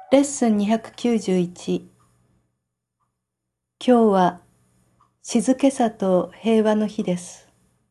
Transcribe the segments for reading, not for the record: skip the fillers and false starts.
レッスン291。今日は静けさと平和の日です。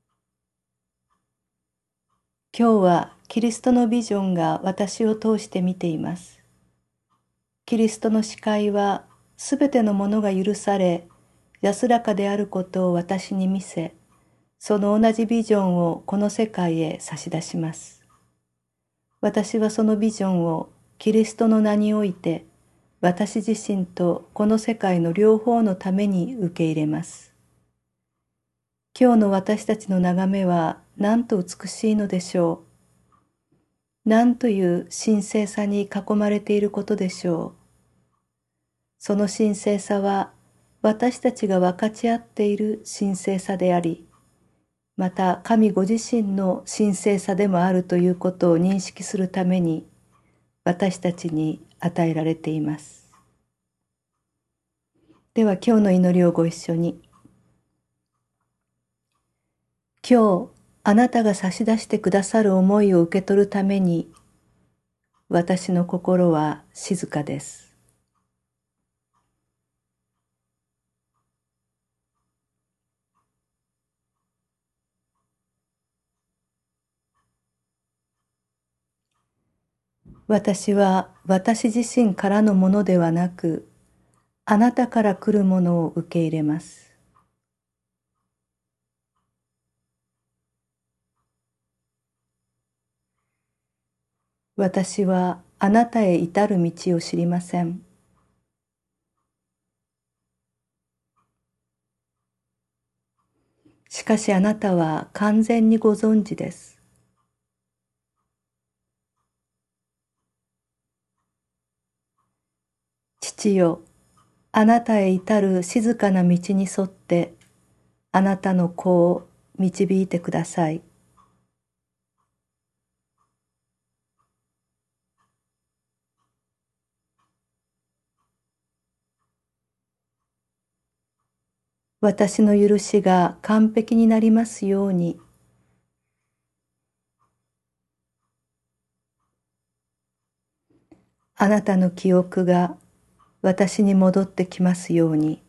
今日はキリストのビジョンが私を通して見ています。キリストの視界はすべてのものが許され、安らかであることを私に見せ、その同じビジョンをこの世界へ差し出します。私はそのビジョンをキリストの名において、私自身とこの世界の両方のために受け入れます。今日の私たちの眺めはなんと美しいのでしょう。なんという神聖さに囲まれていることでしょう。その神聖さは私たちが分かち合っている神聖さであり、また神ご自身の神聖さでもあるということを認識するために私たちに与えられています。では今日の祈りをご一緒に。今日あなたが差し出してくださる思いを受け取るために私の心は静かです。私は私自身からのものではなく、あなたから来るものを受け入れます。私はあなたへ至る道を知りません。しかしあなたは完全にご存知です。父よ、あなたへ至る静かな道に沿って、あなたの子を導いてください。私の許しが完璧になりますように。あなたの記憶が私に戻ってきますように。